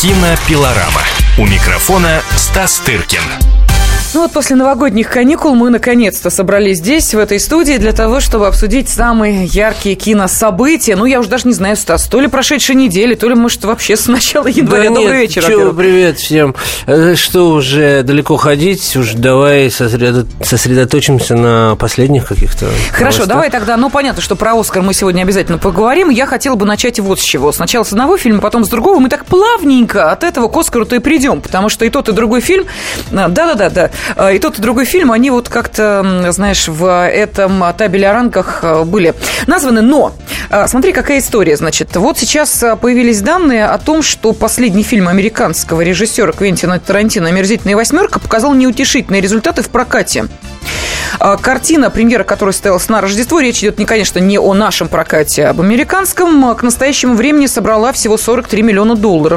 Кинопилорама. У микрофона Стас Тыркин. Ну вот после новогодних каникул мы наконец-то собрались здесь, в этой студии, для того, чтобы обсудить самые яркие кинособытия. Ну, я уже даже не знаю, Стас, то ли прошедшей недели, то ли, может, вообще с начала января. Да Добрый вечер. Чего, привет всем. Что уже далеко ходить, уж давай сосредоточимся на последних каких-то Хорошо, новостях. давай тогда, ну, понятно, что про «Оскар» мы сегодня обязательно поговорим. Я хотела бы начать вот с чего. Сначала с одного фильма, потом с другого. Мы так плавненько от этого к «Оскару»-то и придем, потому что и тот, и другой фильм... Да. И тот, и другой фильм, они вот как-то, знаешь, в этом табеле о рангах были названы. Но смотри, какая история, значит. Вот сейчас появились данные о том, что последний фильм американского режиссера Квентина Тарантино «Омерзительная восьмерка» показал неутешительные результаты в прокате. Картина, премьера которой состоялась на Рождество, речь идет, конечно, не о нашем прокате, а об американском, к настоящему времени собрала всего $43 миллиона.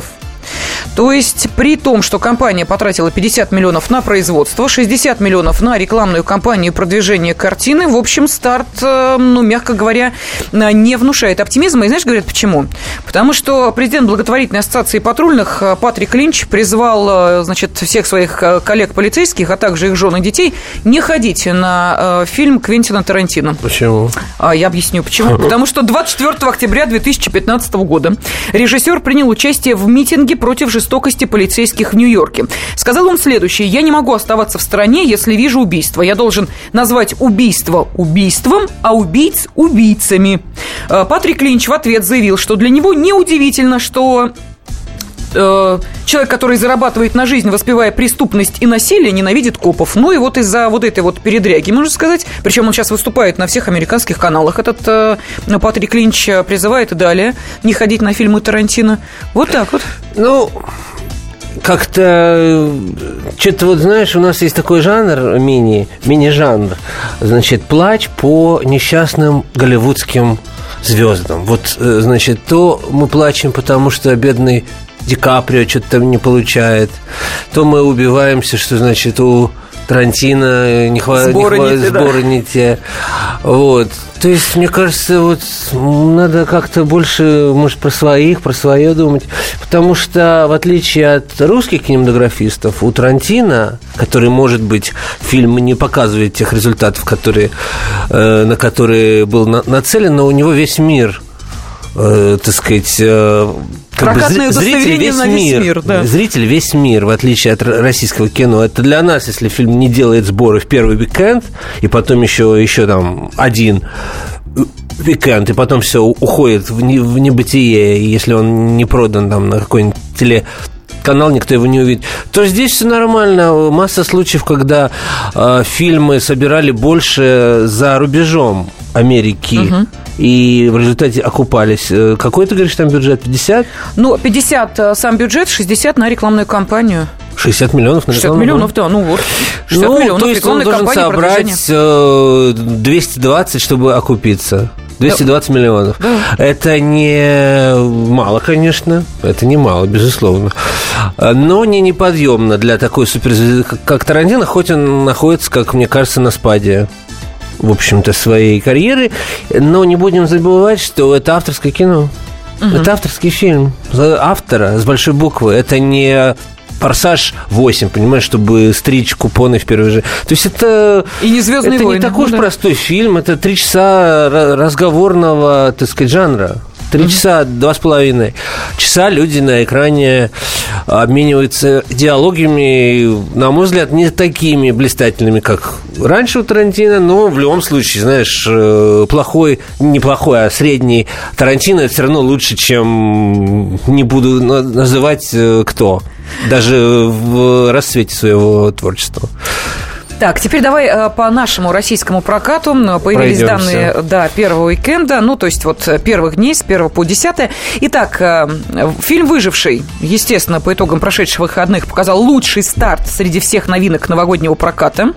То есть при том, что компания потратила 50 миллионов на производство, 60 миллионов на рекламную кампанию и продвижение картины, в общем, старт, ну, мягко говоря, не внушает оптимизма. И знаешь, говорят, почему? Потому что президент благотворительной ассоциации патрульных Патрик Линч призвал, значит, всех своих коллег-полицейских, а также их жен и детей не ходить на фильм Квентина Тарантино. Почему? Я объясню, почему. Потому что 24 октября 2015 года режиссер принял участие в митинге против жестокости полицейских в Нью-Йорке. Сказал он следующее: «Я не могу оставаться в стороне, если вижу убийство. Я должен назвать убийство убийством, а убийц убийцами». Патрик Линч в ответ заявил, что для него неудивительно, что человек, который зарабатывает на жизнь, воспевая преступность и насилие, ненавидит копов. Ну и вот из-за вот этой вот передряги, можно сказать, причем он сейчас выступает на всех американских каналах, этот Патрик Линч призывает и далее не ходить на фильмы Тарантино. Вот так вот. Ну, как-то, что-то вот, знаешь, у нас есть такой жанр, мини-жанр, значит, плач по несчастным голливудским звездам. Вот, значит, то мы плачем, потому что бедный Ди Каприо что-то там не получает, то мы убиваемся, что, значит, у Тарантино сборы не те. Вот. То есть, мне кажется, вот надо как-то больше, может, про свое думать. Потому что, в отличие от русских кинематографистов, у Тарантино, который, может быть, фильм не показывает тех результатов, на которые был нацелен, но у него весь мир, так сказать... Прокатное удостоверение на весь мир, да. Зритель весь мир, в отличие от российского кино. Это для нас, если фильм не делает сборы в первый уикенд, и потом еще там один уикенд, и потом все уходит в небытие, и если он не продан там на какой-нибудь телеканал, никто его не увидит, то здесь все нормально. Масса случаев, когда фильмы собирали больше за рубежом Америки, и в результате окупались. Какой, ты говоришь, там бюджет? 50? Ну, 50 сам бюджет, 60 на рекламную кампанию. 60 миллионов на рекламную кампанию? 60 миллионов, да, ну вот. 60 миллионов то есть он должен собрать 220, чтобы окупиться. 220 миллионов. Да. Это не мало, конечно. Это не мало, безусловно. Но не неподъемно для такой суперзвезды, как Тарантино, хоть он находится, как мне кажется, на спаде, в общем-то, своей карьеры. Но не будем забывать, что это авторское кино. Это авторский фильм. Автора с большой буквы. Это не «Форсаж 8», понимаешь, чтобы стричь купоны в первый же. То есть это... И не «Звездные войны». Это не такой уж простой фильм. Это 3 часа разговорного, так сказать, жанра. 3 часа, 2,5 часа люди на экране обмениваются диалогами, на мой взгляд, не такими блистательными, как раньше у Тарантино, но в любом случае, знаешь, неплохой, а средний Тарантино это все равно лучше, чем, не буду называть кто, даже в расцвете своего творчества. Так, теперь давай по нашему российскому прокату. Появились данные, да, первого уикенда, ну, то есть вот первых дней с 1 по 10. Итак, фильм «Выживший», естественно, по итогам прошедших выходных показал лучший старт среди всех новинок новогоднего проката.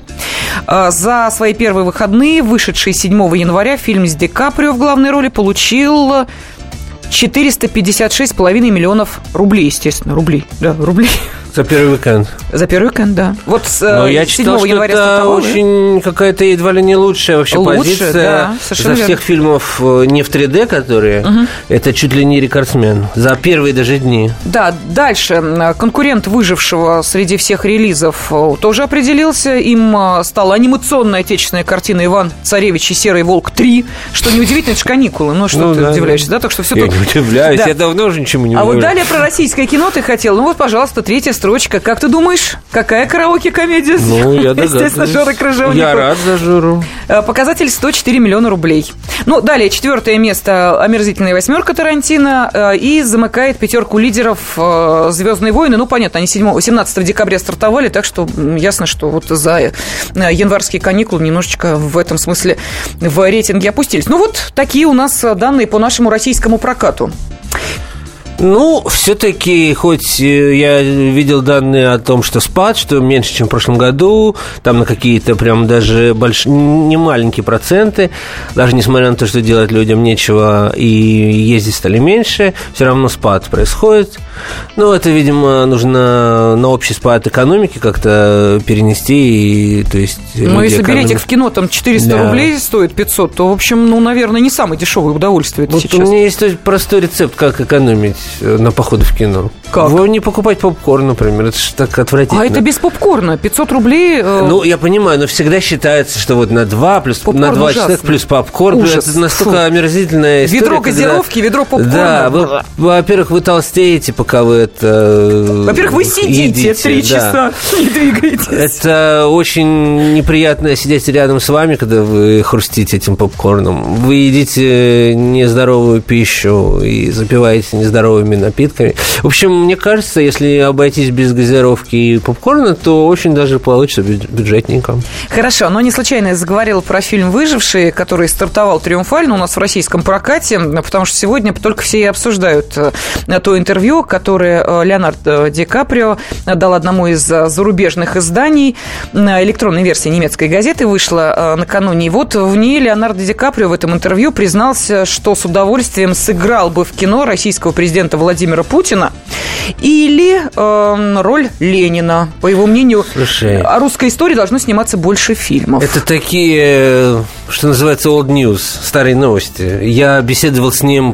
За свои первые выходные, вышедший 7 января, фильм с Ди Каприо в главной роли получил 456,5 миллионов рублей, естественно, рублей. За первый уикенд. За первый уикенд, да. Вот с я читал, 7 января что это стартовал, очень какая-то едва ли не лучшая вообще позиция. Да, за всех фильмов не в 3D, которые, это чуть ли не рекордсмен. За первые даже дни. Да, дальше. Конкурент выжившего среди всех релизов тоже определился. Им стала анимационная отечественная картина «Иван Царевич и Серый волк 3». Что неудивительно, это же каникулы. Ну, что ты удивляешься, да? Так что все я тут... не удивляюсь, я давно уже ничему не удивляюсь. А вот далее про российское кино ты хотел. Ну вот, пожалуйста, 3-я строчка. Как ты думаешь, какая караоке-комедия? Я догадываюсь. Естественно, Жора Крыжовников. Я рад за Жору. Показатель 104 миллиона рублей. Ну, далее, 4-е место «Омерзительная восьмерка» Тарантино. И замыкает 5-ку лидеров «Звездные войны». Ну, понятно, они 17 декабря стартовали, так что ясно, что вот за январские каникулы немножечко в этом смысле в рейтинге опустились. Ну, вот такие у нас данные по нашему российскому прокату. Ну, все-таки, хоть я видел данные о том, что спад, что меньше, чем в прошлом году, там на какие-то прям даже не маленькие проценты, даже несмотря на то, что делать людям нечего и ездить стали меньше, все равно спад происходит. Ну, это, видимо, нужно на общий спад экономики как-то перенести. И, то есть, ну, если билетик в кино там 400 рублей стоит 500, то, в общем, ну, наверное, не самое дешевое удовольствие это вот сейчас. У меня есть простой рецепт, как экономить на походы в кино. Как? Вы не покупать попкорн, например, это же так отвратительно. А это без попкорна, 500 рублей... Ну, я понимаю, но всегда считается, что вот на 2 плюс попкорн на 2 человека плюс попкорн, ужас. Это настолько омерзительная история. Ведро газировки, ведро попкорна. Да, во-первых, вы толстеете, пока вы это во-первых, вы сидите едите, 3 часа, не двигаетесь. Это очень неприятно сидеть рядом с вами, когда вы хрустите этим попкорном. Вы едите нездоровую пищу и запиваете нездоровыми напитками. В общем, мне кажется, если обойтись без газировки и попкорна, то очень даже получится бюджетненько. Хорошо, но не случайно я заговорила про фильм «Выжившие», который стартовал триумфально у нас в российском прокате, потому что сегодня только все и обсуждают то интервью, которое Леонардо Ди Каприо дал одному из зарубежных изданий. Электронная версия немецкой газеты вышла накануне. И вот в ней Леонардо Ди Каприо в этом интервью признался, что с удовольствием сыграл бы в кино российского президента Владимира Путина или роль Ленина. По его мнению, о русской истории должно сниматься больше фильмов. Это такие, что называется, old news, старые новости. Я беседовал с ним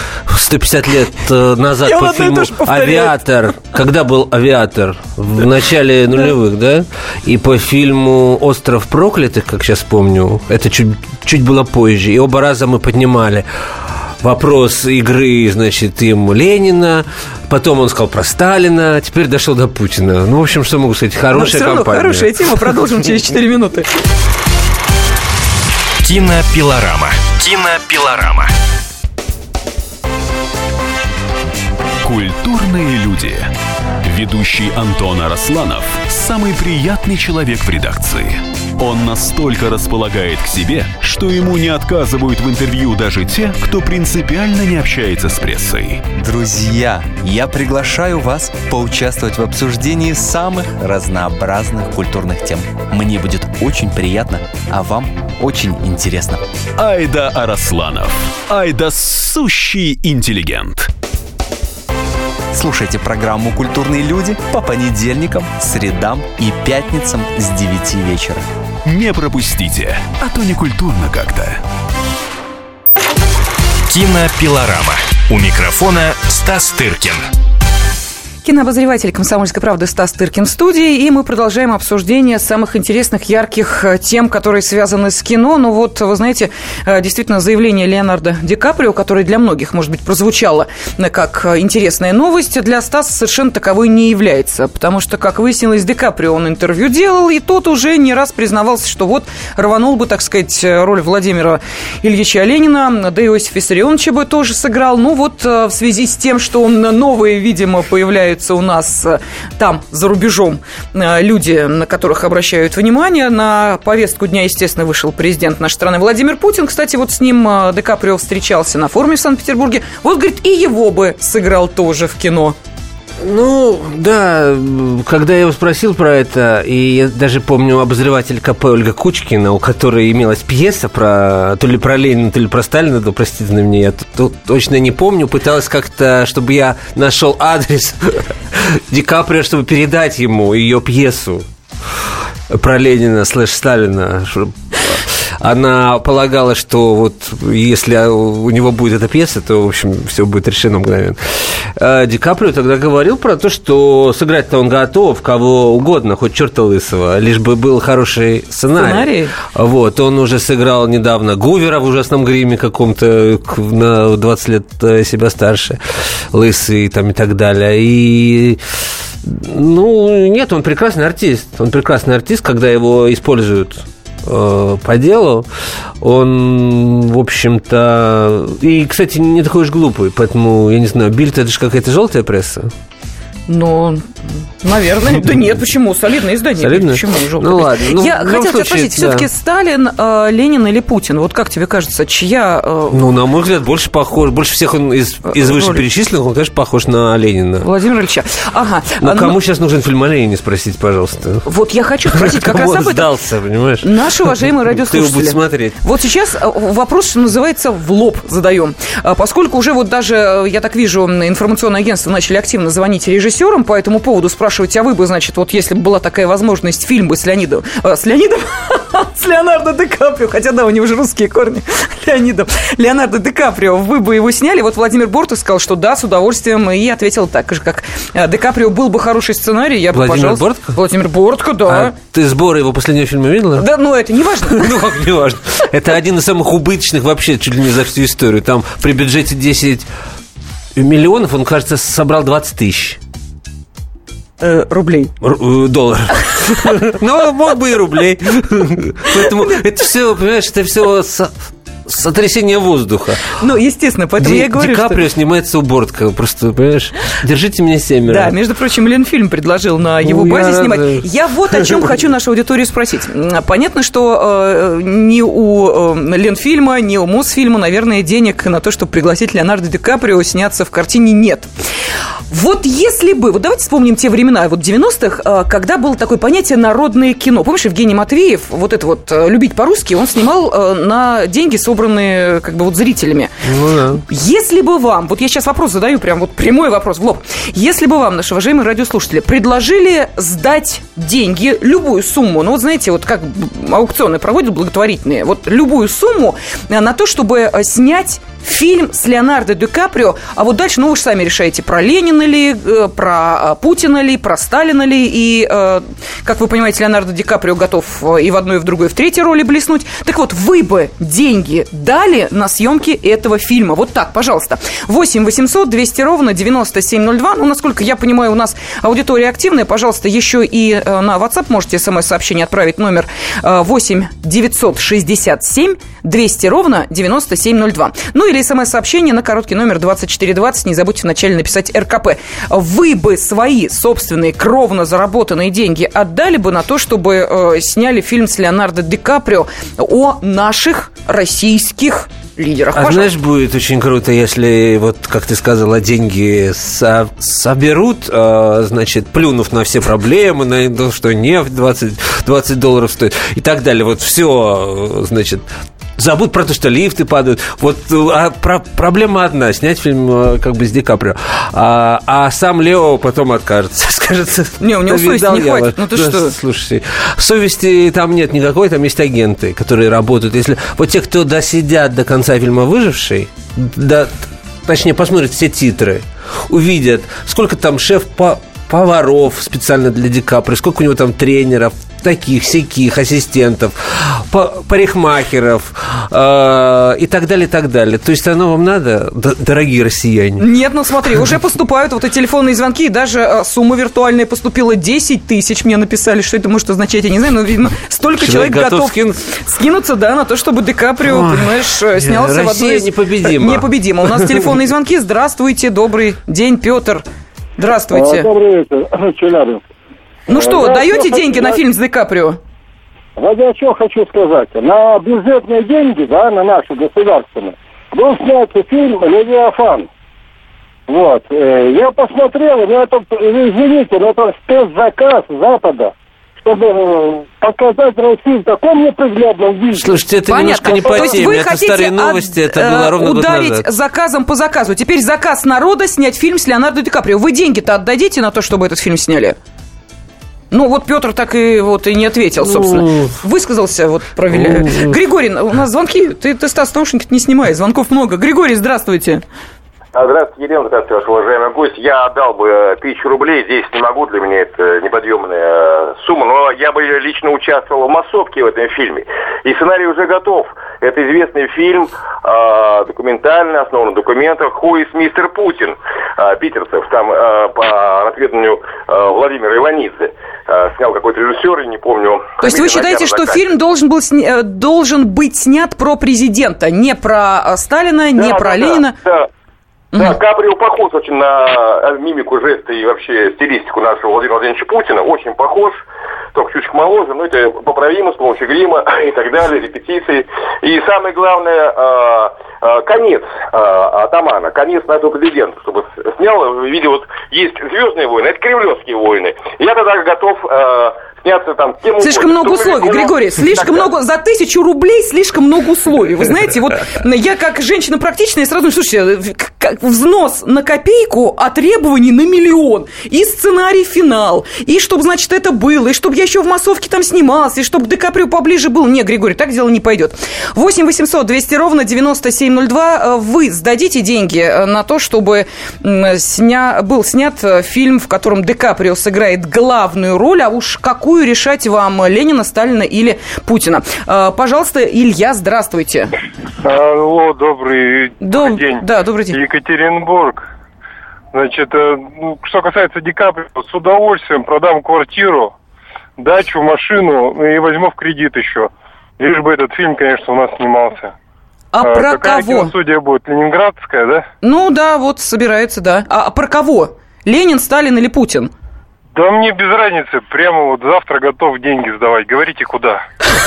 150 лет назад по фильму «Авиатор». Когда был «Авиатор»? В начале нулевых, да? И по фильму «Остров проклятых», как сейчас помню, это чуть было позже. И оба раза мы поднимали вопрос игры, значит, им Ленина, потом он сказал про Сталина, теперь дошел до Путина. Ну, в общем, что могу сказать, хорошая компания. Хорошая тема, продолжим через 4 минуты. Кинопилорама. Кинопилорама. Культурные люди. Ведущий Антон Арасланов – самый приятный человек в редакции. Он настолько располагает к себе, что ему не отказывают в интервью даже те, кто принципиально не общается с прессой. Друзья, я приглашаю вас поучаствовать в обсуждении самых разнообразных культурных тем. Мне будет очень приятно, а вам очень интересно. Айда Арасланов. Айда сущий интеллигент. Слушайте программу «Культурные люди» по понедельникам, средам и пятницам с 9 вечера. Не пропустите, а то не культурно как-то. Кинопилорама. У микрофона Стас Тыркин. Кинообозреватель «Комсомольской правды» Стас Тыркин в студии, и мы продолжаем обсуждение самых интересных, ярких тем, которые связаны с кино. Ну вот, вы знаете, действительно, заявление Леонардо Ди Каприо, которое для многих, может быть, прозвучало как интересная новость, для Стаса совершенно таковой не является, потому что, как выяснилось, Ди Каприо он интервью делал, и тот уже не раз признавался, что вот рванул бы, так сказать, роль Владимира Ильича Ленина, да и Иосифа Виссарионовича бы тоже сыграл. Ну вот, в связи с тем, что новые, видимо, появляются у нас там, за рубежом, люди, на которых обращают внимание. На повестку дня, естественно, вышел президент нашей страны Владимир Путин. Кстати, вот с ним Ди Каприо встречался на форуме в Санкт-Петербурге. Вот, говорит, и его бы сыграл тоже в кино. Ну, да, когда я его спросил про это, и я даже помню обозреватель КП Ольга Кучкина, у которой имелась пьеса про то ли про Ленина, то ли про Сталина, да, простите на меня, я тут точно не помню, пыталась как-то, чтобы я нашел адрес Ди Каприо, чтобы передать ему ее пьесу про Ленина / Сталина. Она полагала, что вот если у него будет эта пьеса, то, в общем, все будет решено мгновенно. Ди Каприо тогда говорил про то, что сыграть-то он готов, кого угодно, хоть черта лысого, лишь бы был хороший сценарий. Вот, он уже сыграл недавно Гувера в ужасном гриме каком-то, на 20 лет себя старше, лысый там и так далее. И... Ну, нет, он прекрасный артист. Он прекрасный артист, когда его используют по делу. Он, в общем-то... И, кстати, не такой уж глупый. Поэтому, я не знаю, Бильд — это же какая-то желтая пресса. Ну, наверное. Да нет, почему? Солидное издание. Солидное? Почему желтое? Ну, ладно. Я хотела тебя спросить, все-таки Сталин, Ленин или Путин? Вот как тебе кажется, чья... Ну, на мой взгляд, больше похож. Больше всех он из вышеперечисленных, он, конечно, похож на Ленина. Владимира Ильича. Ага. Но кому сейчас нужен фильм о Ленине, спросите, пожалуйста. Вот я хочу спросить как раз об этом. Сдался, понимаешь? Наши уважаемые радиослушатели. Кто его будет смотреть? Вот сейчас вопрос, что называется, в лоб задаем. Поскольку уже вот даже, я так вижу, информационные агентства начали активно звонить режиссерам по этому поводу, спрашивать, а вы бы, значит, вот если бы была такая возможность, фильм бы с Леонидом? С Леонардо Ди Каприо, хотя да, у него же русские корни. Леонардо Ди Каприо, вы бы его сняли? Вот Владимир Бортко сказал, что да, с удовольствием, и ответил так же, как Ди Каприо был бы хороший сценарий, я бы, пожалуйста... Владимир Бортко? Владимир Бортко, да. А ты сборы его последнего фильма видела? Да, ну это не важно. Ну как не важно? Это один из самых убыточных вообще чуть ли не за всю историю. Там при бюджете 10 миллионов он, кажется, собрал 20 тысяч. Рублей. Долларов. Ну, мог бы и рублей. Поэтому это все, понимаешь, это все сотрясение воздуха. Ну, естественно, поэтому я и говорю, Ди Каприо снимается у Бортко. Просто, понимаешь, держите меня 7. Да, между прочим, Ленфильм предложил на его базе снимать. Я вот о чем хочу нашу аудиторию спросить. Понятно, что ни у Ленфильма, ни у Мосфильма, наверное, денег на то, чтобы пригласить Леонардо Ди Каприо сняться в картине, нет. Вот если бы... Вот давайте вспомним те времена, вот 90-х, когда было такое понятие «народное кино». Помнишь, Евгений Матвеев, вот это вот «Любить по-русски», он снимал на деньги, собранные как бы вот зрителями. Ну, да. Если бы вам... Вот я сейчас вопрос задаю, прям вот прямой вопрос в лоб. Если бы вам, наши уважаемые радиослушатели, предложили сдать деньги, любую сумму, ну вот знаете, вот как аукционы проводят благотворительные, вот любую сумму на то, чтобы снять фильм с Леонардо Ди Каприо, а вот дальше, ну, вы же сами решаете, про Ленина ли, про Путина ли, про Сталина ли, и, как вы понимаете, Леонардо Ди Каприо готов и в одной, и в другой, и в третьей роли блеснуть. Так вот, вы бы деньги дали на съемки этого фильма? Вот так, пожалуйста. 8 800 200 ровно 9702. Ну, насколько я понимаю, у нас аудитория активная. Пожалуйста, еще и на WhatsApp можете смс-сообщение отправить, номер 8 967 200 ровно 9702. Ну, или смс-сообщение на короткий номер 2420. Не забудьте вначале написать РКП. Вы бы свои собственные кровно заработанные деньги отдали бы на то, чтобы сняли фильм с Леонардо Ди Каприо о наших российских лидерах? А знаешь, будет очень круто, если, вот как ты сказала, деньги соберут, значит, плюнув на все проблемы, на то, что нефть $20 стоит и так далее. Вот все, значит... Забудь про то, что лифты падают. Вот проблема одна. Снять фильм как бы с Ди Каприо. А сам Лео потом откажется. Скажет, не, у него совести не хватит. Ну ты что? Слушай, совести там нет никакой. Там есть агенты, которые работают. Если вот те, кто досидят до конца фильма «Выживший», точнее, посмотрят все титры, увидят, сколько там поваров специально для Ди Каприо, сколько у него там тренеров, таких, сяких, ассистентов, парикмахеров и так далее, и так далее. То есть оно вам надо, дорогие россияне? Нет, ну смотри, уже поступают вот эти телефонные звонки, и даже сумма виртуальная поступила 10 тысяч. Мне написали, что это может означать, я не знаю, но, видимо, столько человек готов скинуться, да, на то, чтобы Ди Каприо, понимаешь, снялся в одной из... Россия непобедима. Непобедима. У нас телефонные звонки. Здравствуйте, добрый день, Петр. Здравствуйте. Добрый вечер, Челябинск. Ну что, даете деньги на фильм с Ди Каприо? Я что хочу сказать. На бюджетные деньги, да, на наши государственные, был снят фильм «Левиафан». Вот. Я посмотрел, но это, извините, но это спецзаказ Запада, чтобы показать Россию в таком неприглядном виде. Слушайте, это понятно. немножко не по То есть теме, вы это хотите старые новости, это было ровно год ударить назад. заказом по заказу. Теперь заказ народа снять фильм с Леонардо Ди Каприо. Вы деньги-то отдадите на то, чтобы этот фильм сняли? Ну, вот Петр так и не ответил, собственно. Высказался про Григорий, у нас звонки. Ты, Стас, наушники не снимай, звонков много. Григорий, здравствуйте. Здравствуйте, Елена, здравствуйте, ваш уважаемый гость. Я отдал бы 1000 рублей, здесь не могу, для меня это неподъемная сумма, но я бы лично участвовал в массовке в этом фильме. И сценарий уже готов. Это известный фильм, документальный, основан на документах «Who is Mr. Putin» питерцев, там по расследованию Владимира Иванидзе. Снял какой-то режиссер, я не помню. То есть вы считаете, что фильм должен быть снят про президента, не про Сталина, не про Ленина? Да, Каприо похож очень на мимику, жесты и вообще стилистику нашего Владимира Владимировича Путина. Очень похож, только чуть моложе, но это поправимо с помощью грима и так далее, репетиции. И самое главное, конец атамана, конец нашего президента, чтобы снял в виде вот есть «Звездные войны», это «Кремлевские войны». Я тогда готов сняться там кем слишком много условий, Григорий, слишком много, за 1000 рублей слишком много условий. Вы знаете, вот я как женщина практичная сразу думаю, слушайте, взнос на копейку, а требований на миллион. И сценарий финал, и чтобы, значит, это было, и чтобы я еще в массовке там снимался, и чтобы Ди Каприо поближе был. Не, Григорий, так дело не пойдет. 8 800 200 ровно 9702. Вы сдадите деньги на то, чтобы был снят фильм, в котором Ди Каприо сыграет главную роль, а уж какую решать вам, Ленина, Сталина или Путина. Пожалуйста, Илья, здравствуйте. Алло, добрый день. Да, добрый день. Екатеринбург. Значит, что касается Ди Каприо, с удовольствием продам квартиру, дачу, машину и возьму в кредит еще. Лишь бы этот фильм, конечно, у нас снимался. А про какая кого? киностудия будет? Ленинградская, да? Ну да, вот собирается, да. А про кого? Ленин, Сталин или Путин? Да мне без разницы, прямо вот завтра готов деньги сдавать. Говорите, куда?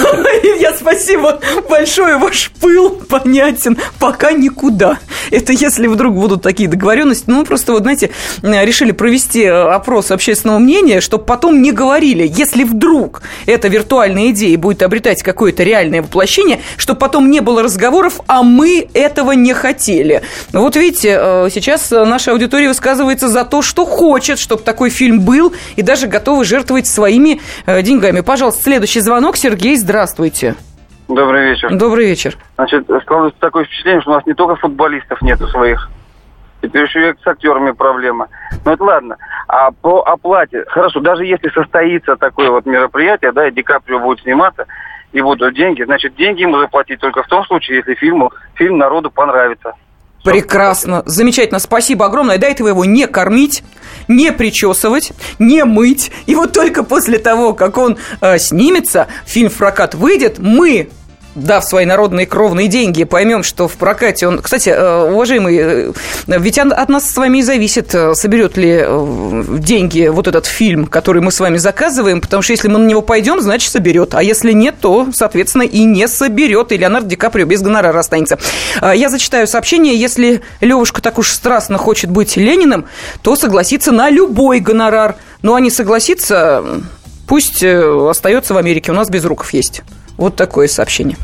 Илья, спасибо большое, ваш пыл понятен, пока никуда. Это если вдруг будут такие договоренности. Ну, просто, вот, знаете, решили провести опрос общественного мнения, чтобы потом не говорили, если вдруг эта виртуальная идея будет обретать какое-то реальное воплощение, чтобы потом не было разговоров, а мы этого не хотели. Вот видите, сейчас наша аудитория высказывается за то, что хочет, чтобы такой фильм был, и даже готовы жертвовать своими деньгами. Пожалуйста, следующий звонок. Сергей, здравствуйте. Добрый вечер. Добрый вечер. Значит, складывается такое впечатление, что у нас не только футболистов нету своих, теперь еще и с актерами проблема. Ну это ладно. А по оплате, хорошо, даже если состоится такое вот мероприятие, да, и Ди Каприо будет сниматься, и будут деньги, значит, деньги ему заплатить только в том случае, если фильм народу понравится. Прекрасно, замечательно, спасибо огромное. До этого его не кормить, не причесывать, не мыть. И вот только после того, как он снимется, фильм в прокат выйдет, мы, дав свои народные кровные деньги, поймем, что в прокате он... Кстати, уважаемые, ведь от нас с вами и зависит, соберет ли деньги вот этот фильм, который мы с вами заказываем, потому что если мы на него пойдем, значит, соберет. А если нет, то, соответственно, и не соберет. И Леонардо Ди Каприо без гонорара останется. Я зачитаю сообщение. Если Левушка так уж страстно хочет быть Лениным, то согласится на любой гонорар. Ну, а не согласится, пусть остается в Америке. У нас Безруков есть. Вот такое сообщение.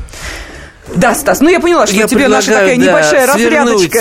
Да, Стас, ну я поняла, что тебе наша такая небольшая разрядочка.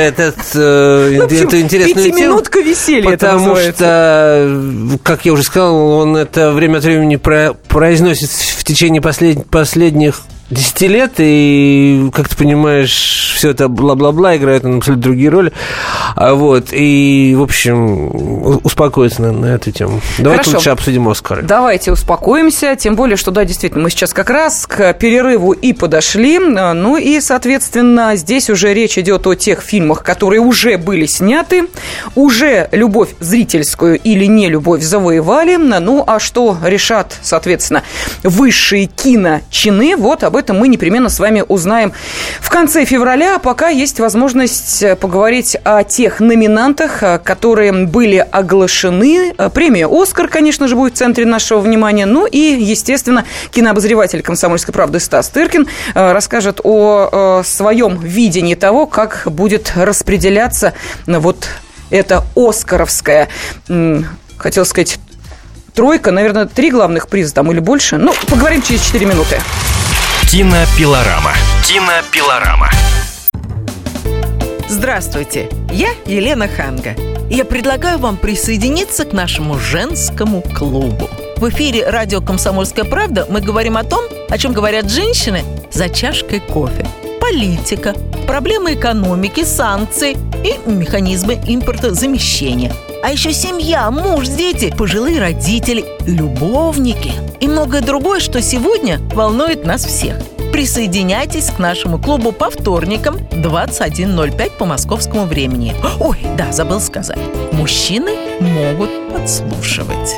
Эту интересную тему. Пятиминутка веселья, потому что, как я уже сказал, он это время от времени произносит в течение последних 10 лет, и, как ты понимаешь, все это бла-бла-бла, играет он абсолютно другие роли. Вот, и, в общем, успокоиться на эту тему. Давайте лучше обсудим «Оскары». Давайте успокоимся, тем более, что, да, действительно, мы сейчас как раз к перерыву и подошли. Ну и, соответственно, здесь уже речь идет о тех фильмах, которые уже были сняты, уже любовь зрительскую или не любовь завоевали. Ну, а что решат, соответственно, высшие киночины, вот об этом мы непременно с вами узнаем в конце февраля. А пока есть возможность поговорить о тех номинантах, которые были оглашены. Премия «Оскар», конечно же, будет в центре нашего внимания. Ну и, естественно, кинообозреватель «Комсомольской правды» Стас Тыркин расскажет о своем видении того, как будет распределяться вот это оскаровская, хотел сказать, тройка, наверное, 3 главных приза там или больше. Ну, поговорим через 4 минуты. Кинопилорама. Кинопилорама. Здравствуйте, я Елена Ханга. Я предлагаю вам присоединиться к нашему женскому клубу. В эфире радио «Комсомольская правда» мы говорим о том, о чем говорят женщины за чашкой кофе. Политика, проблемы экономики, санкции и механизмы импортозамещения. А еще семья, муж, дети, пожилые родители, любовники и многое другое, что сегодня волнует нас всех. Присоединяйтесь к нашему клубу по вторникам 21:05 по московскому времени. Ой, да, забыл сказать. Мужчины могут подслушивать.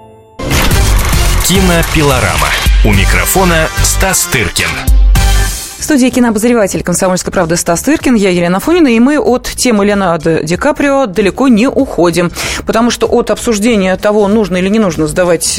Кинопилорама. У микрофона Стас Тыркин. В студии кинообозреватель «Комсомольской правды» Стас Тыркин, я Елена Афонина, и мы от темы Леонардо Ди Каприо далеко не уходим, потому что от обсуждения того, нужно или не нужно сдавать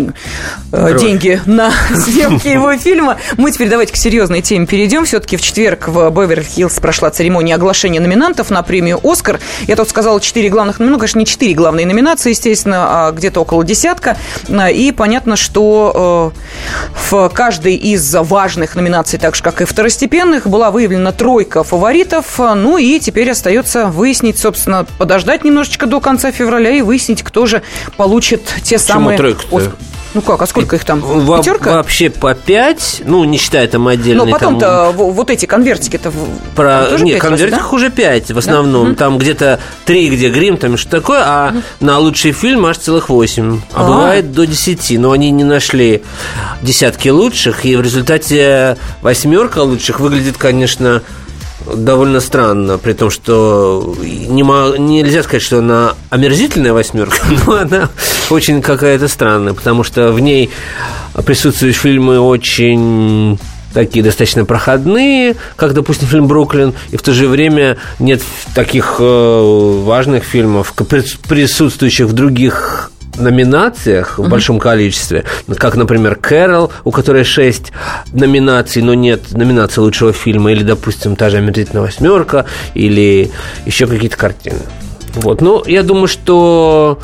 деньги на съемки его фильма, мы теперь давайте к серьезной теме перейдем. Все-таки в четверг в Беверли-Хиллз прошла церемония оглашения номинантов на премию «Оскар». Я тут сказала 4 главных, ну, конечно, не 4 главные номинации, естественно, а где-то около десятка, и понятно, что в каждой из важных номинаций, так же, как и второстепенных, была выявлена тройка фаворитов. Ну и теперь остается выяснить, собственно, подождать немножечко до конца февраля и выяснить, кто же получит те самые... Почему тройка-то? Ну как, а сколько их там? Пятерка? Вообще по 5, ну, не считая там отдельные. Но потом-то там... вот эти конвертики-то... Нет, конвертиках уже 5 в основном. Да? Там где-то 3, где грим, там что такое, а на лучший фильм аж целых 8. А бывает до 10. Но они не нашли десятки лучших, и в результате 8 лучших выглядит, конечно, довольно странно, при том, что нельзя сказать, что она омерзительная 8, но она очень какая-то странная, потому что в ней присутствуют фильмы очень такие достаточно проходные, как, допустим, фильм «Бруклин», и в то же время нет таких важных фильмов, присутствующих в других номинациях в большом количестве, как, например, «Кэрол», у которой 6 номинаций, но нет номинации лучшего фильма, или, допустим, та же «Омерзительная 8», или еще какие-то картины. Вот. Ну, я думаю, что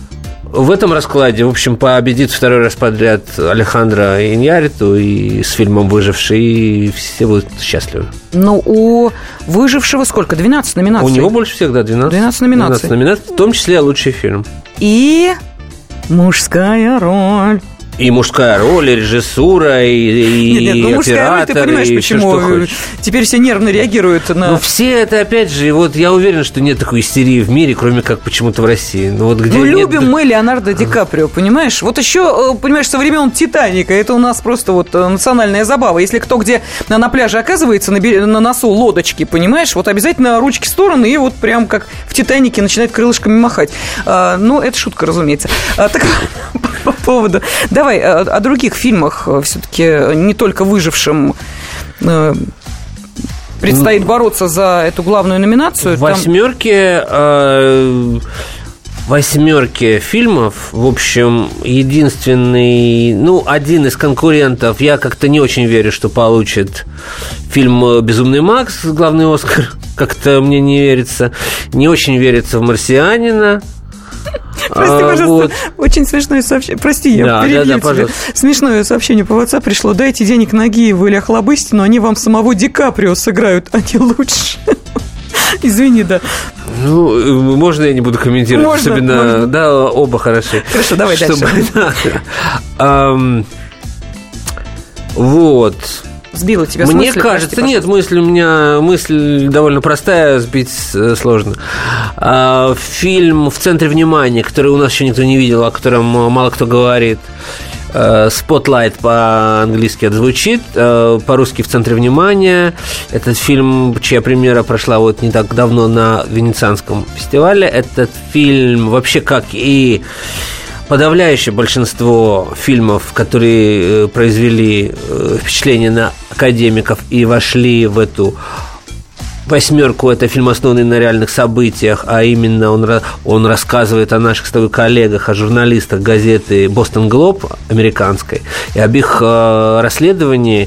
в этом раскладе, в общем, победит второй раз подряд Алехандро Иньярриту и с фильмом «Выживший», и все будут счастливы. Ну, у «Выжившего» сколько? 12 номинаций? У него больше всех, да, 12 номинаций. 12 номинаций, в том числе лучший фильм. И мужская роль. И мужская роль, и режиссура, и оператор, ты понимаешь, и почему все, теперь все нервно реагируют на... Ну, все это, опять же, вот я уверен, что нет такой истерии в мире, кроме как почему-то в России. Ну, вот где любим мы Леонардо Ди Каприо, понимаешь? Вот еще, понимаешь, со времен «Титаника» это у нас просто вот национальная забава. Если кто где на пляже оказывается, на носу лодочки, понимаешь, вот обязательно ручки в стороны и вот прям как в «Титанике» начинает крылышками махать. Ну, это шутка, разумеется. Так, по поводу... Давай о других фильмах все-таки не только «Выжившим» предстоит бороться за эту главную номинацию. Восьмерки фильмов, в общем, единственный, один из конкурентов, я как-то не очень верю, что получит фильм «Безумный Макс», главный «Оскар», как-то мне не верится. Не очень верится в «Марсианина». Прости, пожалуйста, очень смешное сообщение. Прости, я перебью тебя. Смешное сообщение по WhatsApp пришло. Дайте денег Нагиеву или Охлобыстину, они вам самого Ди Каприо сыграют, а не лучше. Извини, да. Ну, можно я не буду комментировать? Можно, особенно, можно. Да, оба хороши. Хорошо, давай дальше. Вот. Сбила тебя с мысли? Мне кажется, нет, мысль довольно простая, сбить сложно. Фильм «В центре внимания», который у нас еще никто не видел, о котором мало кто говорит, «Spotlight» по-английски это звучит, по-русски «В центре внимания». Этот фильм, чья премьера прошла вот не так давно на Венецианском фестивале. Этот фильм вообще, как и подавляющее большинство фильмов, которые произвели впечатление на академиков и вошли в «Восьмерку» – это фильм, основанный на реальных событиях, а именно он рассказывает о наших с тобой коллегах, о журналистах газеты «Бостон Глоб» американской, и об их расследовании,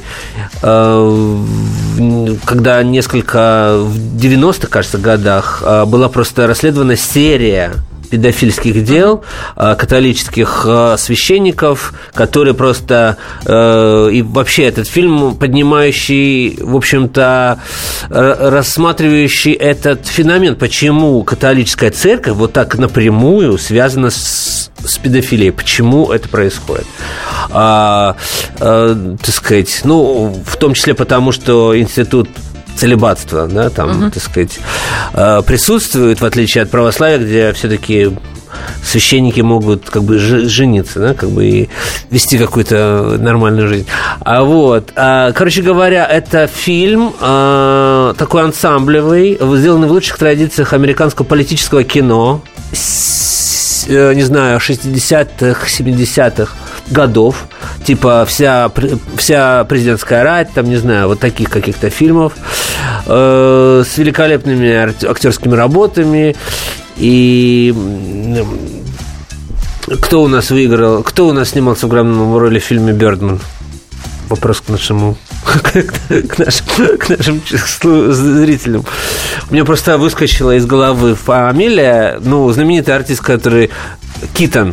когда несколько в 90-х, кажется, годах была просто расследована серия педофильских дел католических священников, которые просто... И вообще этот фильм, поднимающий, в общем-то, рассматривающий этот феномен, почему католическая церковь вот так напрямую связана с педофилией, почему это происходит. Так сказать, ну, в том числе потому, что институт целибатство, да, там, так сказать, присутствует, в отличие от православия, где все-таки священники могут как бы жениться, да, как бы и вести какую-то нормальную жизнь. Короче говоря, это фильм такой ансамблевый, сделанный в лучших традициях американского политического кино, не знаю, 60-х, 70-х годов, типа вся президентская рать, там, не знаю, вот таких каких-то фильмов с великолепными актерскими работами. И кто у нас выиграл, кто у нас снимался в главной роли в фильме «Бёрдман»? Вопрос к нашим зрителям. У меня просто выскочила из головы фамилия, ну, знаменитый артист, который Китон,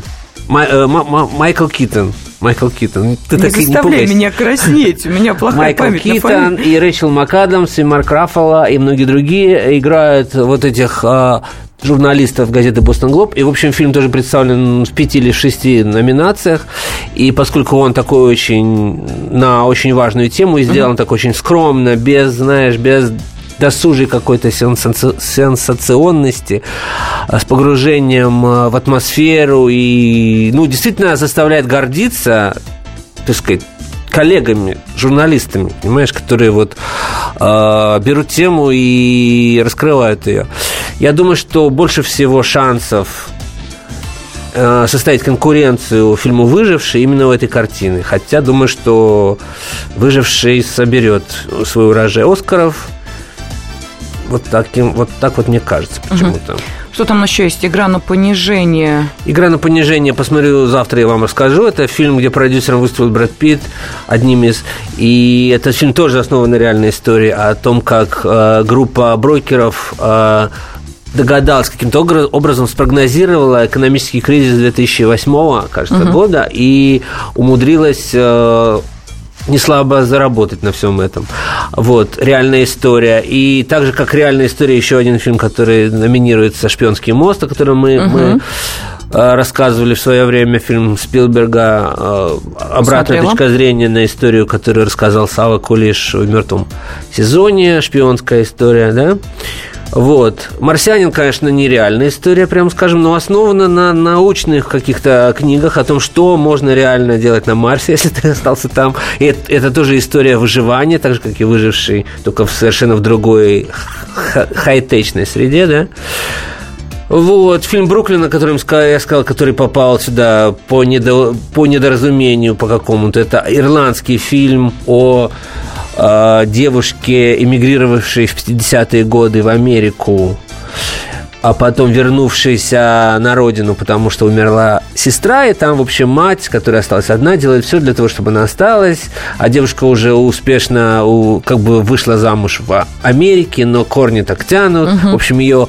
Майкл Китон. Ты не заставляй меня краснеть, у меня плохая память. Майкл Китон и Рэйчел МакАдамс, и Марк Раффало, и многие другие играют вот этих журналистов газеты «Бостон Глоб». И, в общем, фильм тоже представлен в 5 или 6 номинациях. И поскольку он такой на очень важную тему и сделан так очень скромно, без досужей какой-то сенсационности, с погружением в атмосферу и, ну, действительно заставляет гордиться, так сказать, коллегами, журналистами, понимаешь, которые вот берут тему и раскрывают ее. Я думаю, что больше всего шансов составить конкуренцию фильму «Выживший» именно у этой картины. Хотя думаю, что «Выживший» соберет свой урожай «Оскаров». Вот так вот мне кажется почему-то. Что там еще есть? «Игра на понижение». «Игра на понижение», посмотрю завтра, я вам расскажу. Это фильм, где продюсером выступил Брэд Питт, одним из. И этот фильм тоже основан на реальной истории о том, как группа брокеров догадалась, каким-то образом спрогнозировала экономический кризис 2008, кажется, года и умудрилась не слабо заработать на всем этом. Вот, реальная история. И так же, как реальная история, еще один фильм, который номинируется «Шпионский мост», о котором мы рассказывали в свое время, фильм Спилберга «Обратная точка зрения на историю», которую рассказал Сава Кулиш в «Мертвом сезоне», шпионская история, да? Вот. «Марсианин», конечно, нереальная история, прямо скажем, но основана на научных каких-то книгах о том, что можно реально делать на Марсе, если ты остался там. И это тоже история выживания, так же, как и «Выживший», только совершенно в другой хай-течной среде, да. Вот, фильм «Бруклин», о котором я сказал, который попал сюда по недоразумению по какому-то. Это ирландский фильм о девушке, эмигрировавшей в 50-е годы в Америку, а потом вернувшейся на родину, потому что умерла сестра, и там, в общем, мать, которая осталась одна, делает все для того, чтобы она осталась, а девушка уже успешно как бы вышла замуж в Америке, но корни так тянут. В общем, ее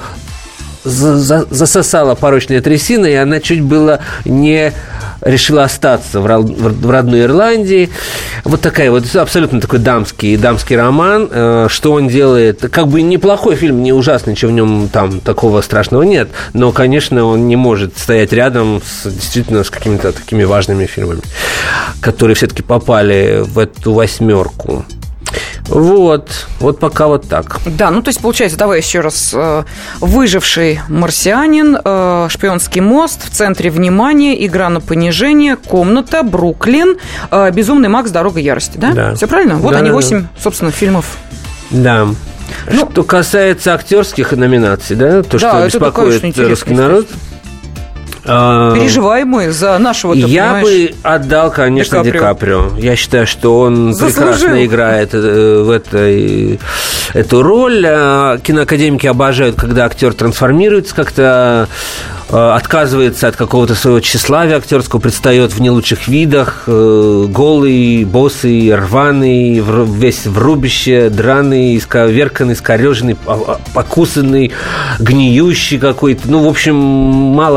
засосала порочная трясина, и она чуть было не решила остаться в родной Ирландии. Вот такая вот абсолютно такой дамский роман. Что он делает? Как бы неплохой фильм, не ужасный, ничего в нем там такого страшного нет, но, конечно, он не может стоять рядом действительно с какими-то такими важными фильмами, которые все-таки попали в эту восьмерку. Вот пока вот так. Да, ну то есть получается, давай еще раз: «Выживший», «Марсианин», «Шпионский мост», «В центре внимания», «Игра на понижение», «Комната», «Бруклин», «Безумный Макс», «Дорога ярости», да? Да. Все правильно? Вот да, они 8, собственно, фильмов. Да. Что касается актерских номинаций, да, то, что беспокоит русский народ. переживаемые за нашего, я бы отдал, конечно, Ди Каприо. Я считаю, что он прекрасно играет эту роль. Киноакадемики обожают, когда актер трансформируется, как-то отказывается от какого-то своего тщеславия актерского, предстает в не лучших видах, голый, босый, рваный, весь в рубище, драный, исковерканный, искореженный, покусанный, гниющий какой-то. Ну, в общем, мало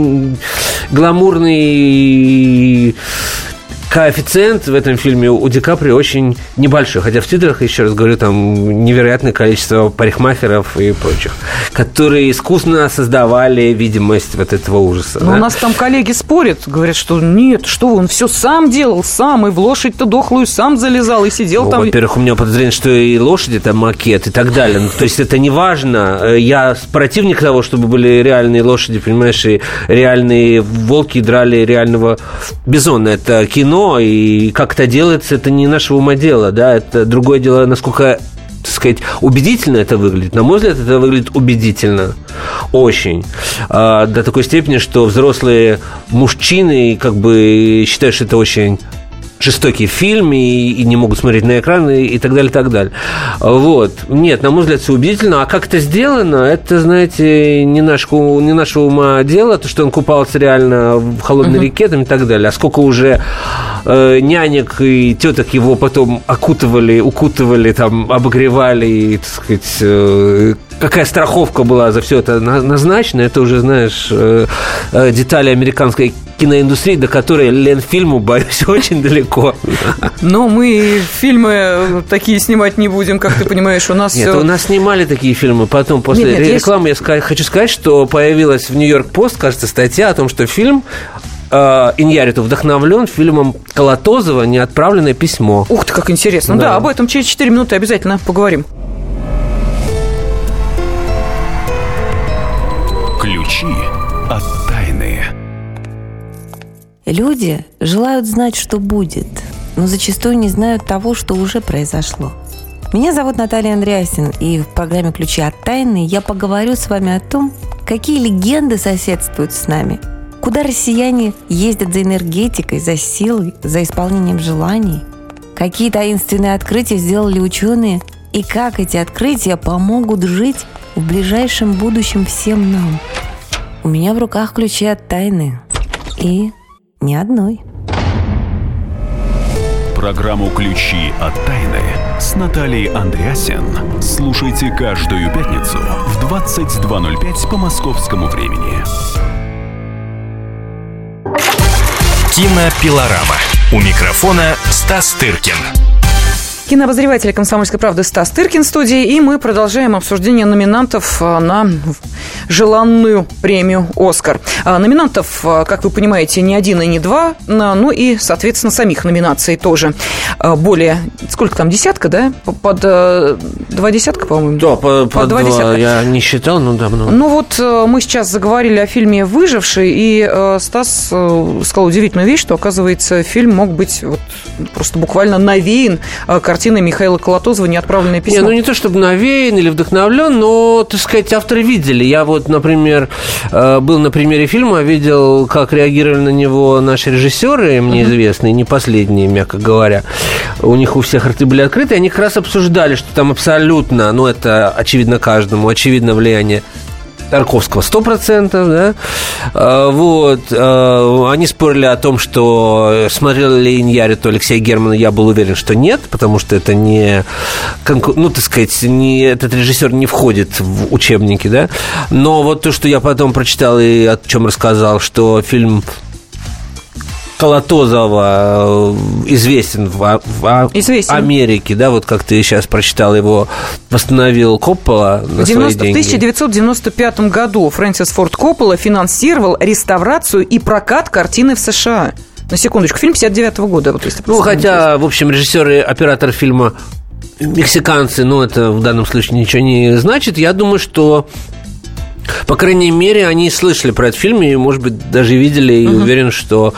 гламурный. Коэффициент в этом фильме у Ди Каприо очень небольшой. Хотя в титрах, еще раз говорю, там невероятное количество парикмахеров и прочих, которые искусно создавали видимость вот этого ужаса. Но у нас там коллеги спорят, говорят, что нет, что он все сам делал, сам, и в лошадь-то дохлую сам залезал и сидел там. Во-первых, у меня подозрение, что и лошади там макет и так далее. То есть это не важно. Я противник того, чтобы были реальные лошади, понимаешь, и реальные волки драли реального бизона. Это кино. И как это делается, это не нашего ума дело, да, это другое дело, насколько, так сказать, убедительно это выглядит. На мой взгляд, это выглядит убедительно, очень, до такой степени, что взрослые мужчины как бы считают, что это очень жестокий фильм и не могут смотреть на экран и так далее, и так далее. Вот. Нет, на мой взгляд, все убедительно. А как это сделано, это, знаете, не нашего ума дело, то, что он купался реально в холодной реке там, и так далее. А сколько уже нянек и теток его потом укутывали, там, обогревали, и, так сказать, какая страховка была за все это назначена, это уже, знаешь, детали американской киноиндустрии, до которой Ленфильму, боюсь, очень далеко. Но мы фильмы такие снимать не будем, как ты понимаешь, у нас... Нет, у нас снимали такие фильмы, потом после рекламы я хочу сказать, что появилась в Нью-Йорк Пост, кажется, статья о том, что фильм Иньярриту вдохновлен фильмом Колотозова «Неотправленное письмо». Ух ты, как интересно. Да, об этом через 4 минуты обязательно поговорим. Ключи от тайны. Люди желают знать, что будет, но зачастую не знают того, что уже произошло. Меня зовут Наталья Андреасин, и в программе «Ключи от тайны» я поговорю с вами о том, какие легенды соседствуют с нами, куда россияне ездят за энергетикой, за силой, за исполнением желаний, какие таинственные открытия сделали ученые, и как эти открытия помогут жить в ближайшем будущем всем нам. У меня в руках ключи от тайны. И ни одной. Программу «Ключи от тайны» с Натальей Андреасин слушайте каждую пятницу в 22:05 по московскому времени. Кинопилорама. У микрофона Стас Тыркин. Кинообозреватель «Комсомольской правды» Стас Тыркин в студии, и мы продолжаем обсуждение номинантов на желанную премию «Оскар». Номинантов, как вы понимаете, не один и не два, ну и, соответственно, самих номинаций тоже более, сколько там, десятка, да? Под 2 десятка, по-моему? Да, по 2 десятка. Я не считал, но да, много. Ну вот мы сейчас заговорили о фильме «Выживший», и Стас сказал удивительную вещь, что, оказывается, фильм мог быть вот просто буквально навеян картиной Михаила Колотозова «Неотправленное письмо». Не то чтобы навеян или вдохновлен, но, так сказать, авторы видели. Я вот, например, был на премьере фильма, видел, как реагировали на него наши режиссеры, мне известные, не последние, мягко говоря. У них у всех рты были открыты, они как раз обсуждали, что там абсолютно, ну, это очевидно каждому, очевидно влияние Тарковского 100%, да, вот, они спорили о том, что смотрел ли Иньярриту Алексея Германа, я был уверен, что нет, потому что это не, ну, так сказать, не, этот режиссер не входит в учебники, да, но вот то, что я потом прочитал и о чем рассказал, что фильм Колотозова известен в Америке, да, вот как ты сейчас прочитал, его восстановил Коппола на свои деньги. В 1995 году Фрэнсис Форд Коппола финансировал реставрацию и прокат картины в США. На секундочку, фильм 59-го года. Вот, если хотя, в общем, режиссер и оператор фильма мексиканцы, ну, это в данном случае ничего не значит. Я думаю, что, по крайней мере, они слышали про этот фильм и, может быть, даже видели, и уверен, что,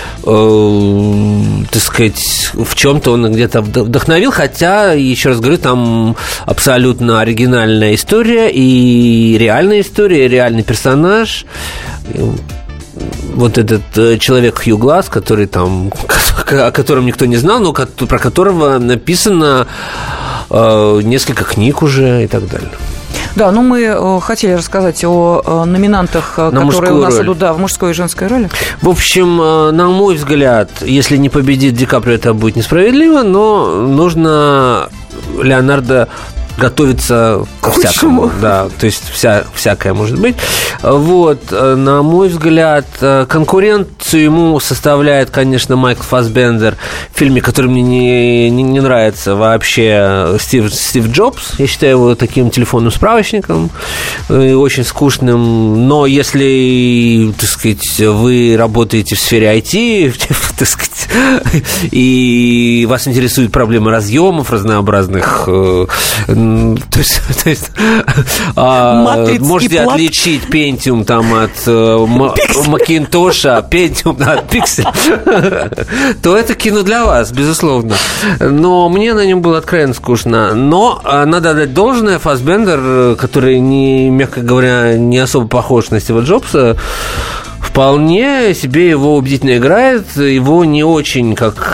так сказать, в чем-то он где-то вдохновил, хотя, еще раз говорю, там абсолютно оригинальная история, и реальная история, и реальный персонаж. вот этот человек Хью Гласс, который там, о котором никто не знал, но про которого написано несколько книг уже и так далее. Да, ну мы хотели рассказать о номинантах, которые у нас идут, в мужской и женской роли. В общем, на мой взгляд, если не победит Ди Каприо, это будет несправедливо, но нужно Леонардо готовиться ко всякому. Да, то есть всякое может быть. Вот, на мой взгляд, конкуренцию ему составляет, конечно, Майкл Фассбендер в фильме, который мне не нравится вообще, Стив Джобс. Я считаю его таким телефонным справочником, очень скучным. Но если, так сказать, вы работаете в сфере IT, так сказать, и вас интересуют проблемы разъемов разнообразных, то есть можете отличить Pentium там от Макинтоша, Pentium от Pixel, то это кино для вас, безусловно. Но мне на нем было откровенно скучно. Но надо отдать должное, Фассбендер, который, мягко говоря, не особо похож на Стива Джобса, вполне себе его убедительно играет. Его не очень, как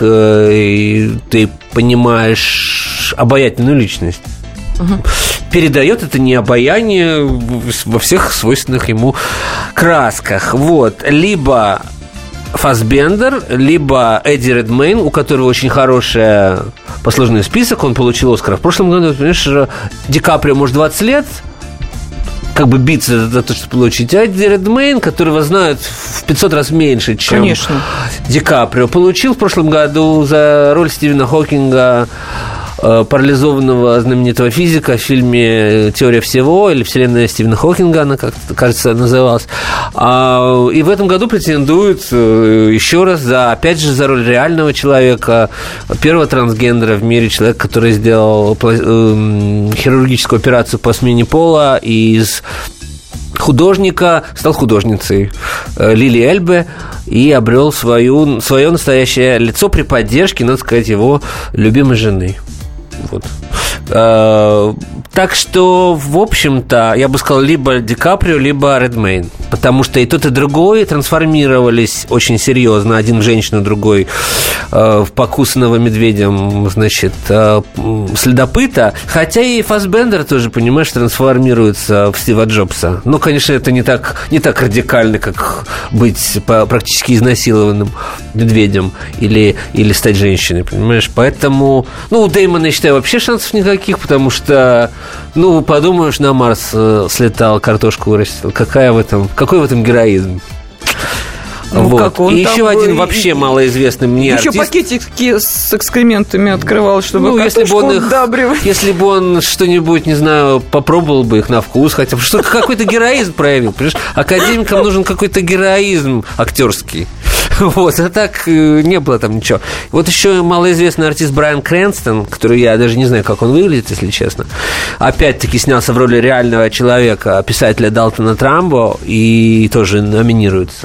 ты понимаешь, обаятельную личность. Передает это необаяние во всех свойственных ему красках. Вот. Либо Фассбендер, либо Эдди Редмейн, у которого очень хороший послужной список, он получил Оскар. В прошлом году, понимаешь, Ди Каприо, может, 20 лет как бы биться за то, чтобы получить. А Эдди Редмейн, которого знают в 500 раз меньше, чем Конечно. Ди Каприо, получил в прошлом году за роль Стивена Хокинга, парализованного знаменитого физика в фильме «Теория всего» или «Вселенная Стивена Хокинга», она, как-то, кажется, называлась. И в этом году претендует еще раз, опять же, за роль реального человека, первого трансгендера в мире, человека, который сделал хирургическую операцию по смене пола и из художника стал художницей Лили Эльбе и обрел свое настоящее лицо при поддержке, надо сказать, его любимой жены. Вот. Так что, в общем-то, я бы сказал, либо Ди Каприо, либо Редмейн. Потому что и тот, и другой трансформировались очень серьезно. Один в женщину, другой в покусанного медведем, значит, следопыта. Хотя и Фассбендер тоже, понимаешь, трансформируется в Стива Джобса. Ну, конечно, это не так радикально, как быть практически изнасилованным медведем или стать женщиной, понимаешь? Поэтому, у Дэймона, я считаю, вообще шансов никаких, потому что, подумаешь, на Марс слетал, картошку вырастил. Какой в этом героизм? Вот. И еще один вообще малоизвестный мне артист. Еще пакетики с экскрементами открывал, чтобы картошку удабривать. Если бы он что-нибудь, не знаю, попробовал бы их на вкус, хотя бы что-то, какой-то героизм проявил. Понимаешь? Академикам нужен какой-то героизм актерский. Вот, а так не было там ничего. Вот еще малоизвестный артист Брайан Крэнстон, который я даже не знаю, как он выглядит, если честно. Опять-таки снялся в роли реального человека, писателя Далтона Трамбо, и тоже номинируется.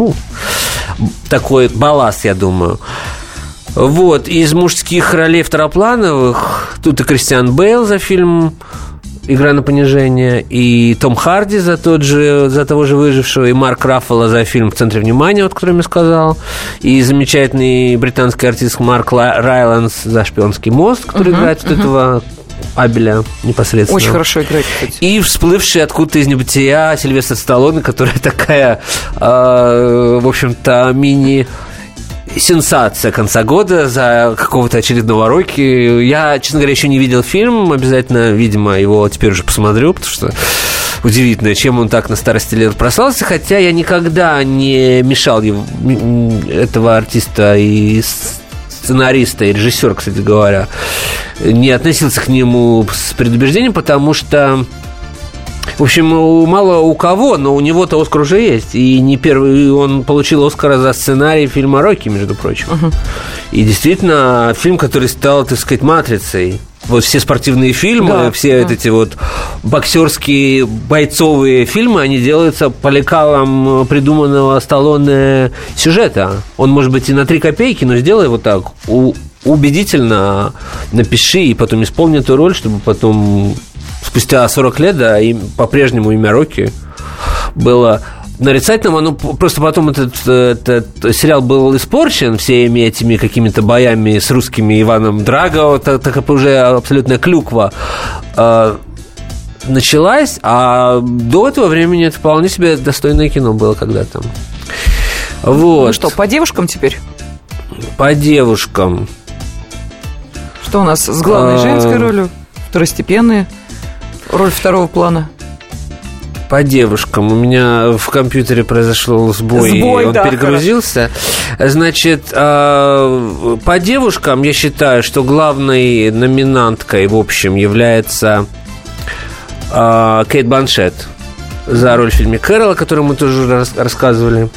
Такой балласт, я думаю. Вот, из мужских ролей второплановых тут и Кристиан Бейл за фильм «Игра на понижение», и Том Харди за того же «Выжившего», и Марк Раффало за фильм «В центре внимания», вот, который я сказал, и замечательный британский артист Марк Райландс за «Шпионский мост», который играет вот этого Абеля непосредственно. Очень хорошо играет, кстати. И всплывший откуда-то из небытия Сильвестр Сталлоне, которая такая, в общем-то, сенсация конца года за какого-то очередного Рокки. Я, честно говоря, еще не видел фильм. Обязательно, видимо, его теперь уже посмотрю, потому что удивительно, чем он так на старости лет прославился. Хотя я никогда не мешал этого артиста и сценариста, и режиссера, кстати говоря, не относился к нему с предубеждением, потому что, в общем, мало у кого, но у него-то Оскар уже есть. И не первый, он получил Оскара за сценарий фильма «Рокки», между прочим. И действительно, фильм, который стал, так сказать, матрицей. Вот все спортивные фильмы, эти вот боксерские, бойцовые фильмы, они делаются по лекалам придуманного Сталлоне сюжета. Он, может быть, и на 3 копейки, но сделай вот так, убедительно напиши и потом исполни эту роль, чтобы потом, спустя 40 лет, и по-прежнему имя Рокки было нарицательном, оно просто потом этот сериал был испорчен всеми этими какими-то боями с русскими Иваном Драго, так уже абсолютная клюква началась, а до этого времени это вполне себе достойное кино было когда-то. Вот. Ну что, по девушкам теперь? По девушкам. Что у нас с главной женской ролью? Второстепенные? Роль второго плана? По девушкам. У меня в компьютере произошел сбой, он перегрузился. Хорошо. Значит, по девушкам я считаю, что главной номинанткой, в общем, является Кейт Бланшетт за роль в фильме «Кэрол», о котором мы тоже уже рассказывали.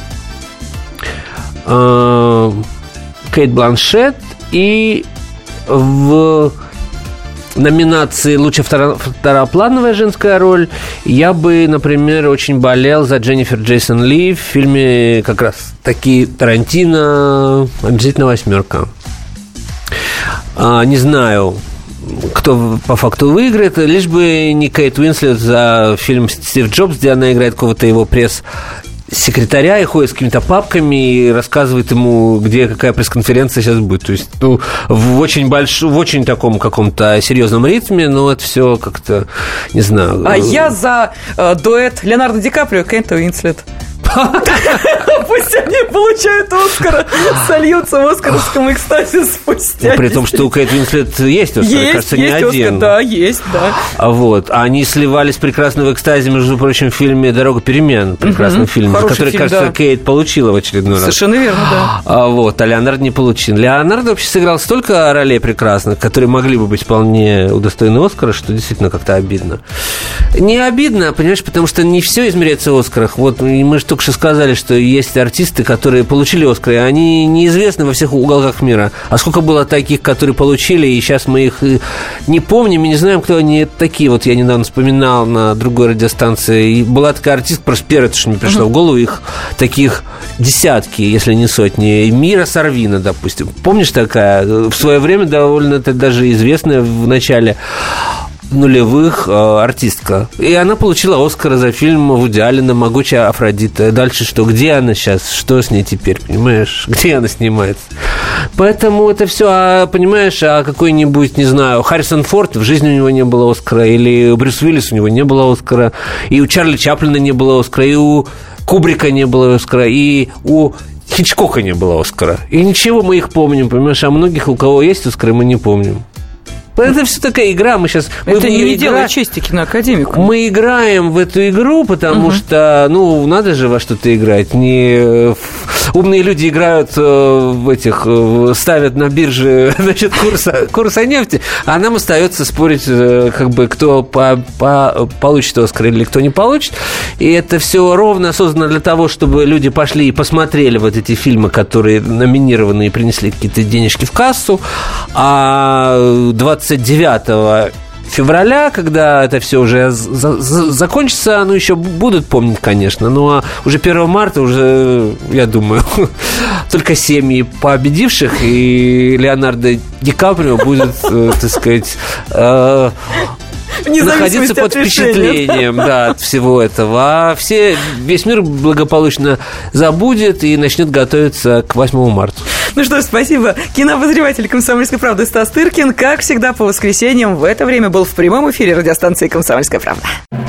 Кейт Бланшетт. И в номинации «Лучшая второплановая женская роль» я бы, например, очень болел за Дженнифер Джейсон Ли в фильме как раз таки Тарантино «Омерзительная восьмерка». Не знаю, кто по факту выиграет, лишь бы не Кейт Уинслет за фильм «Стив Джобс», где она играет какого-то его пресс-секретаря и ходит с какими-то папками и рассказывает ему, где какая пресс-конференция сейчас будет. То есть, в очень таком каком-то серьезном ритме, но это все как-то, не знаю. А я за дуэт Леонардо Ди Каприо и Кейт Уинслет. Пусть они получают Оскара, сольются в оскаровском экстазе спустя. При том, что у Кейт Уинслет есть Оскар, кажется, не один. Да, есть, да. Вот. Они сливались прекрасно в экстазе, между прочим, в фильме «Дорога перемен». Прекрасный фильм, за который, кажется, Кейт получила в очередной раз. Совершенно верно, да. Вот. А Леонардо не получил. Леонардо вообще сыграл столько ролей прекрасных, которые могли бы быть вполне удостоены Оскара, что действительно как-то обидно. Не обидно, понимаешь, потому что не все измеряется в Оскарах. Вот мы же только что сказали, что есть артисты, которые получили Оскар, и они неизвестны во всех уголках мира. А сколько было таких, которые получили, и сейчас мы их не помним, и не знаем, кто они такие. Вот я недавно вспоминал на другой радиостанции, и была такая артистка, просто первое, что мне пришло в голову, их таких десятки, если не сотни. Мира Сорвина, допустим. Помнишь такая? В свое время довольно даже известная в начале нулевых артистка. И она получила Оскара за фильм Вуди Аллена «Могучая Афродита». Дальше что? Где она сейчас? Что с ней теперь? Понимаешь? Где она снимается? Поэтому это все, понимаешь, какой-нибудь, не знаю, Харрисон Форд, в жизни у него не было Оскара, или у Брюс Уиллис у него не было Оскара, и у Чарли Чаплина не было Оскара, и у Кубрика не было Оскара, и у Хичкока не было Оскара. И ничего, мы их помним, понимаешь? А многих, у кого есть Оскары, мы не помним. Это все такая игра, мы сейчас... Это не делает чести киноакадемику. Мы играем в эту игру, потому что, надо же во что-то играть. Умные люди играют ставят на бирже, значит, курса нефти, а нам остается спорить, кто получит Оскар или кто не получит. И это все ровно создано для того, чтобы люди пошли и посмотрели вот эти фильмы, которые номинированы и принесли какие-то денежки в кассу. А 29 февраля, когда это все уже закончится, еще будут помнить, конечно. Но уже 1 марта уже, я думаю, только семьи победивших, и Леонардо Ди Каприо будет, так сказать, находиться под впечатлением от всего этого. А весь мир благополучно забудет и начнет готовиться к 8 марта. Ну что ж, спасибо. Кинообозреватель «Комсомольской правды» Стас Тыркин, как всегда, по воскресеньям в это время был в прямом эфире радиостанции «Комсомольская правда».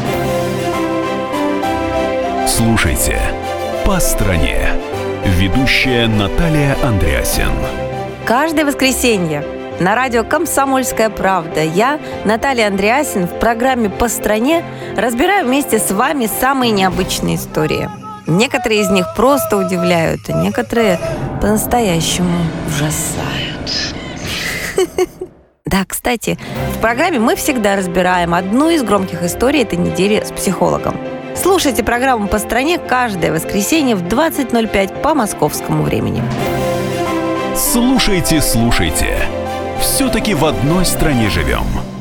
Слушайте «По стране». Ведущая Наталья Андреасен. Каждое воскресенье на радио «Комсомольская правда» я, Наталья Андреасен, в программе «По стране» разбираю вместе с вами самые необычные истории. Некоторые из них просто удивляют, а некоторые по-настоящему ужасают. Да, кстати, в программе мы всегда разбираем одну из громких историй этой недели с психологом. Слушайте программу «По стране» каждое воскресенье в 20:05 по московскому времени. Слушайте. Все-таки в одной стране живем.